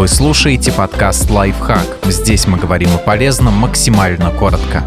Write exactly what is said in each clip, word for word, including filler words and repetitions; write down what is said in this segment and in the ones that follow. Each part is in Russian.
Вы слушаете подкаст «Лайфхак». Здесь мы говорим о полезном максимально коротко.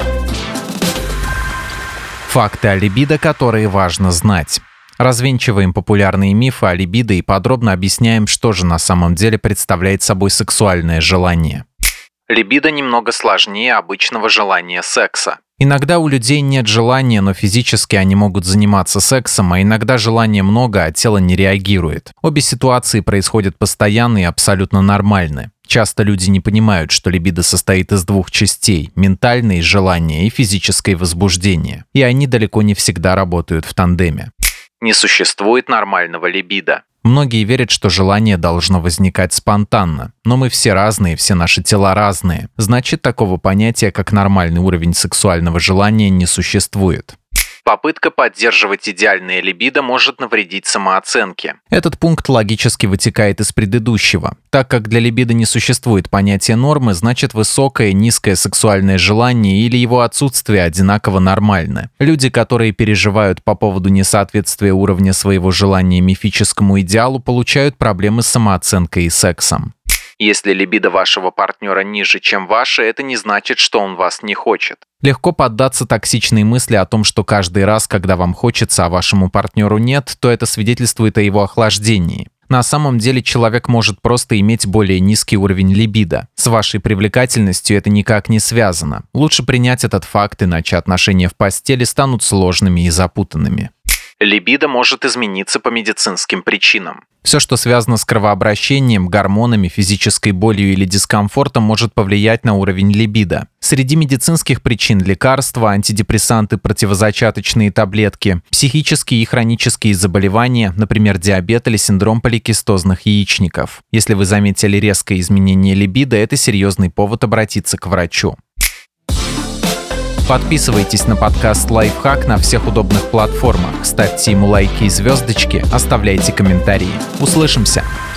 Факты о либидо, которые важно знать. Развенчиваем популярные мифы о либидо и подробно объясняем, что же на самом деле представляет собой сексуальное желание. Либидо немного сложнее обычного желания секса. Иногда у людей нет желания, но физически они могут заниматься сексом, а иногда желания много, а тело не реагирует. Обе ситуации происходят постоянно и абсолютно нормальны. Часто люди не понимают, что либидо состоит из двух частей – ментальное желание и физическое возбуждение. И они далеко не всегда работают в тандеме. Не существует нормального либидо. Многие верят, что желание должно возникать спонтанно. Но мы все разные, все наши тела разные. Значит, такого понятия, как нормальный уровень сексуального желания, не существует. Попытка поддерживать идеальное либидо может навредить самооценке. Этот пункт логически вытекает из предыдущего. Так как для либидо не существует понятия нормы, значит высокое и низкое сексуальное желание или его отсутствие одинаково нормальны. Люди, которые переживают по поводу несоответствия уровня своего желания мифическому идеалу, получают проблемы с самооценкой и сексом. Если либидо вашего партнера ниже, чем ваше, это не значит, что он вас не хочет. Легко поддаться токсичной мысли о том, что каждый раз, когда вам хочется, а вашему партнеру нет, то это свидетельствует о его охлаждении. На самом деле человек может просто иметь более низкий уровень либидо. С вашей привлекательностью это никак не связано. Лучше принять этот факт, иначе отношения в постели станут сложными и запутанными. Либидо может измениться по медицинским причинам. Все, что связано с кровообращением, гормонами, физической болью или дискомфортом, может повлиять на уровень либидо. Среди медицинских причин – лекарства, антидепрессанты, противозачаточные таблетки, психические и хронические заболевания, например, диабет или синдром поликистозных яичников. Если вы заметили резкое изменение либидо, это серьезный повод обратиться к врачу. Подписывайтесь на подкаст «Лайфхак» на всех удобных платформах, ставьте ему лайки и звездочки, оставляйте комментарии. Услышимся!